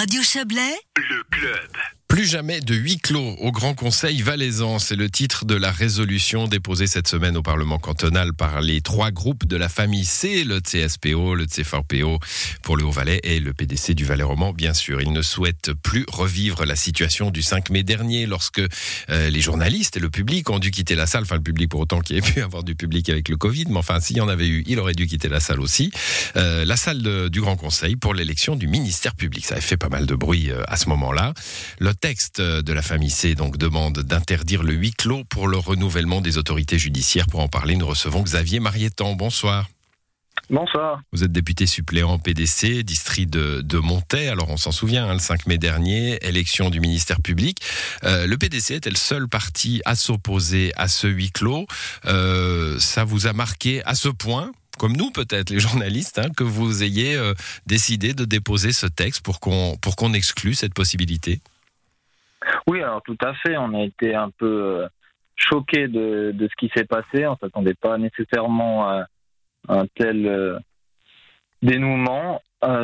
Radio Chablais, le club. Plus jamais de huis clos au Grand Conseil valaisan, c'est le titre de la résolution déposée cette semaine au Parlement cantonal par les trois groupes de la famille C, le CSPO, le CFRPO pour le Haut-Valais et le PDC du Valais-Roman, bien sûr. Ils ne souhaitent plus revivre la situation du 5 mai dernier lorsque les journalistes et le public ont dû quitter la salle. Enfin, le public pour autant qu'il y ait pu avoir du public avec le Covid, mais enfin, s'il y en avait eu, il aurait dû quitter la salle aussi. La salle du Grand Conseil pour l'élection du ministère public. Ça a fait pas mal de bruit à ce moment-là. Le texte de la famille C donc demande d'interdire le huis clos pour le renouvellement des autorités judiciaires. Pour en parler, nous recevons Xavier Marietan. Bonsoir. Bonsoir. Vous êtes député suppléant PDC, district de Montaix. Alors on s'en souvient, le 5 mai dernier, élection du ministère public. Le PDC était le seul parti à s'opposer à ce huis clos. Ça vous a marqué à ce point, comme nous peut-être les journalistes, que vous ayez décidé de déposer ce texte pour qu'on exclue cette possibilité? Oui, alors tout à fait. On a été un peu choqués de ce qui s'est passé. On ne s'attendait pas nécessairement à un tel dénouement.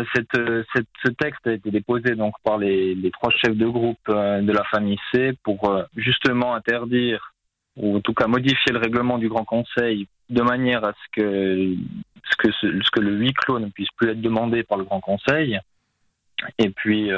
Ce texte a été déposé donc par les trois chefs de groupe de la famille C pour justement interdire, ou en tout cas modifier le règlement du Grand Conseil de manière à ce que le huis clos ne puisse plus être demandé par le Grand Conseil. Et puis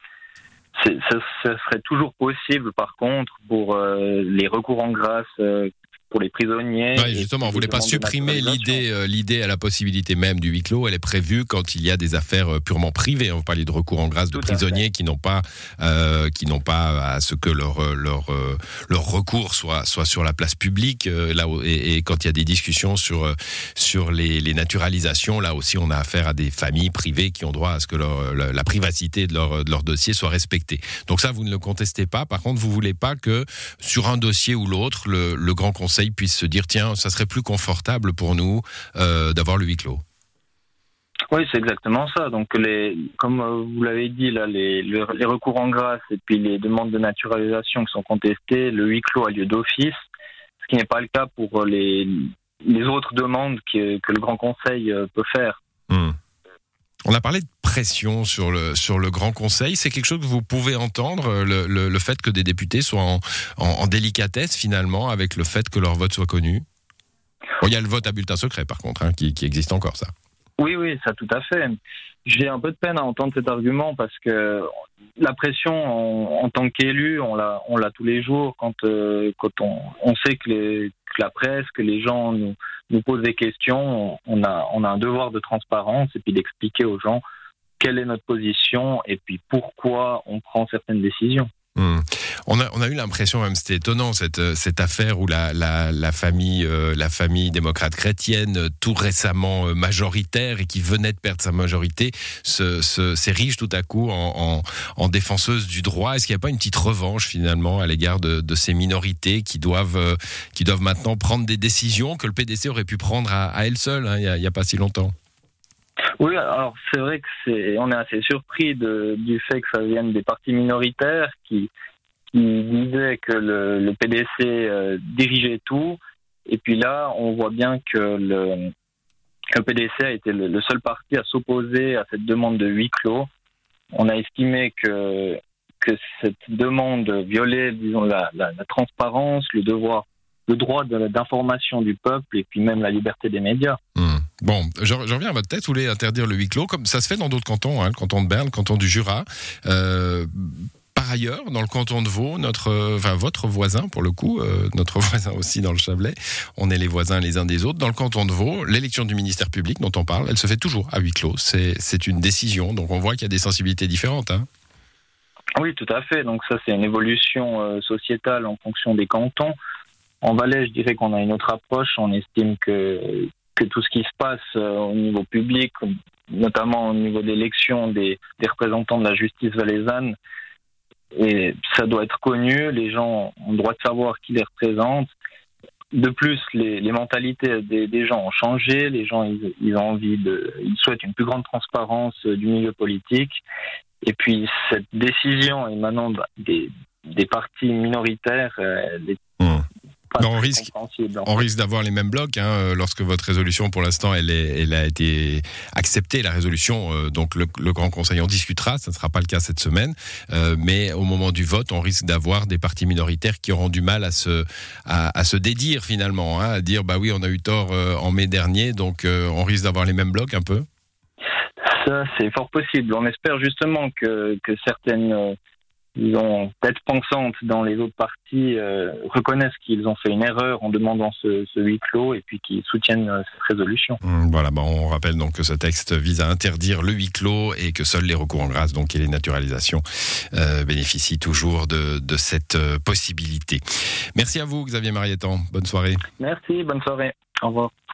ce serait toujours possible, par contre, pour les recours en grâce pour les prisonniers. Oui, justement, on ne voulait pas supprimer l'idée à la possibilité même du huis clos. Elle est prévue quand il y a des affaires purement privées. Vous parlez de recours en grâce de prisonniers qui n'ont pas à ce que leur recours soit sur la place publique. Et quand il y a des discussions sur les naturalisations, là aussi, on a affaire à des familles privées qui ont droit à ce que la privacité de leur dossier soit respectée. Donc ça, vous ne le contestez pas. Par contre, vous ne voulez pas que sur un dossier ou l'autre, le Grand Conseil puisse se dire, tiens, ça serait plus confortable pour nous d'avoir le huis clos. Oui, c'est exactement ça. Donc, comme vous l'avez dit, là, les recours en grâce et puis les demandes de naturalisation qui sont contestées, le huis clos a lieu d'office, ce qui n'est pas le cas pour les autres demandes que le Grand Conseil peut faire. On a parlé de pression sur le Grand Conseil. C'est quelque chose que vous pouvez entendre, le fait que des députés soient en délicatesse finalement avec le fait que leur vote soit connu. Bon, il y a le vote à bulletin secret par contre, qui existe encore, ça. Oui, ça tout à fait. J'ai un peu de peine à entendre cet argument parce que la pression en tant qu'élu, on l'a tous les jours quand on sait que la presse, que les gens nous posent des questions, on a un devoir de transparence et puis d'expliquer aux gens quelle est notre position et puis pourquoi on prend certaines décisions. On a eu l'impression, même c'était étonnant, cette affaire où la famille démocrate chrétienne, tout récemment majoritaire et qui venait de perdre sa majorité, s'érige tout à coup en défenseuse du droit. Est-ce qu'il n'y a pas une petite revanche finalement à l'égard de ces minorités qui doivent maintenant prendre des décisions que le PDC aurait pu prendre à elle seule, il n'y a pas si longtemps? Oui, alors c'est vrai que on est assez surpris du fait que ça vienne des partis minoritaires qui disaient que le PDC dirigeait tout. Et puis là, on voit bien que le PDC a été le seul parti à s'opposer à cette demande de huis clos. On a estimé que cette demande violait, disons, la transparence, le droit d'information du peuple et puis même la liberté des médias. Bon, je reviens à votre tête. Vous voulez interdire le huis clos, comme ça se fait dans d'autres cantons, le canton de Berne, le canton du Jura. Par ailleurs, dans le canton de Vaud, votre voisin, pour le coup, notre voisin aussi dans le Chablais, on est les voisins les uns des autres. Dans le canton de Vaud, l'élection du ministère public dont on parle, elle se fait toujours à huis clos. C'est une décision, donc on voit qu'il y a des sensibilités différentes. Oui, tout à fait. Donc ça, c'est une évolution sociétale en fonction des cantons. En Valais, je dirais qu'on a une autre approche. On estime que tout ce qui se passe au niveau public, notamment au niveau de l'élection des représentants de la justice valaisanne, et ça doit être connu, les gens ont le droit de savoir qui les représente. De plus, les mentalités des gens ont changé, les gens ils souhaitent une plus grande transparence du milieu politique, et puis cette décision émanant des partis minoritaires, Non, on risque d'avoir les mêmes blocs lorsque votre résolution, pour l'instant, elle a été acceptée, la résolution. Donc le Grand Conseil en discutera, ça ne sera pas le cas cette semaine. Mais au moment du vote, on risque d'avoir des partis minoritaires qui auront du mal à se dédire finalement, à dire bah oui, on a eu tort en mai dernier, donc on risque d'avoir les mêmes blocs un peu. Ça, c'est fort possible. On espère justement que certaines disons, têtes pensantes dans les autres partis reconnaissent qu'ils ont fait une erreur en demandant ce huis clos et puis qu'ils soutiennent cette résolution. Voilà, on rappelle donc que ce texte vise à interdire le huis clos et que seuls les recours en grâce donc, et les naturalisations bénéficient toujours de cette possibilité. Merci à vous, Xavier Marietan. Bonne soirée. Merci, bonne soirée. Au revoir.